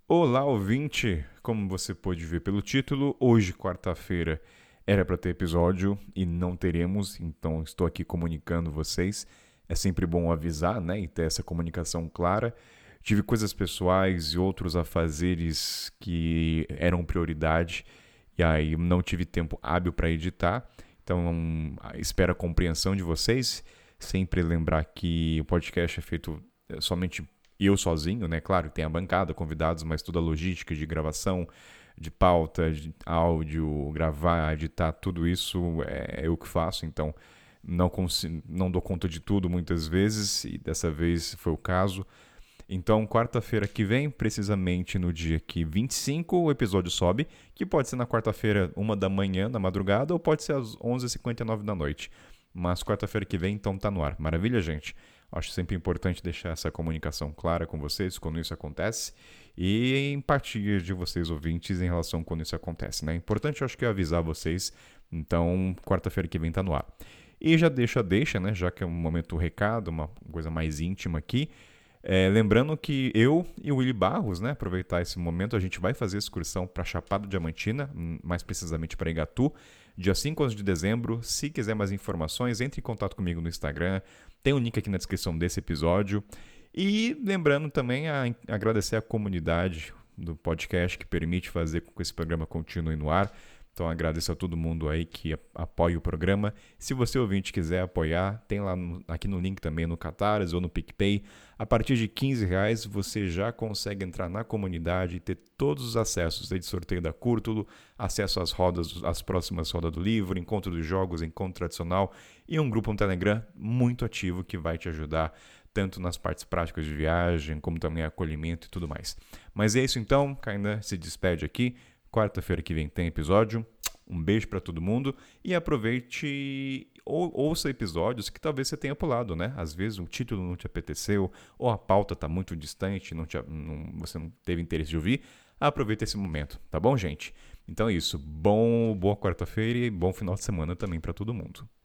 Olá, ouvinte! Como você pôde ver pelo título, hoje, quarta-feira, era para ter episódio e não teremos, então estou aqui comunicando vocês. É sempre bom avisar, né, e ter essa comunicação clara. Tive coisas pessoais e outros afazeres que eram prioridade e aí não tive tempo hábil para editar. Então, espero a compreensão de vocês. Sempre lembrar que o podcast é feito somente eu sozinho, né? Claro, tem a bancada, convidados, mas toda a logística de gravação, de pauta, de áudio, gravar, editar, tudo isso é eu que faço, então não dou conta de tudo muitas vezes, e dessa vez foi o caso. Então, quarta-feira que vem, precisamente no dia que 25, o episódio sobe, que pode ser na quarta-feira, 1 da manhã, na madrugada, ou pode ser às 11h59 da noite. Mas quarta-feira que vem, então, tá no ar. Maravilha, gente? Acho sempre importante deixar essa comunicação clara com vocês quando isso acontece e empatia de vocês, ouvintes, em relação a quando isso acontece, né? Importante, eu acho que é avisar vocês. Então, quarta-feira que vem tá no ar. E já deixa, né? Já que é um momento recado, uma coisa mais íntima aqui. Lembrando que eu e o Willy Barros, né, aproveitar esse momento, a gente vai fazer excursão para Chapada Diamantina, mais precisamente para Igatu, dia 5 a 11 de dezembro. Se quiser mais informações, entre em contato comigo no Instagram, tem um link aqui na descrição desse episódio. E lembrando também a agradecer a comunidade do podcast que permite fazer com que esse programa continue no ar. Então agradeço a todo mundo aí que apoia o programa. Se você ouvinte quiser apoiar, tem lá aqui no link também no Catarse ou no PicPay. A partir de R$ 15 você já consegue entrar na comunidade e ter todos os acessos, desde sorteio da Cúrtulo, acesso às rodas, às próximas rodas do livro, encontro dos jogos, encontro tradicional e um grupo no Telegram muito ativo que vai te ajudar tanto nas partes práticas de viagem, como também acolhimento e tudo mais. Mas é isso então, Kainan se despede aqui. Quarta-feira que vem tem episódio. Um beijo para todo mundo e aproveite ou ouça episódios que talvez você tenha pulado, né? Às vezes o título não te apeteceu ou a pauta está muito distante, você não teve interesse de ouvir. Aproveita esse momento, tá bom, gente? Então é isso. Boa quarta-feira e bom final de semana também para todo mundo.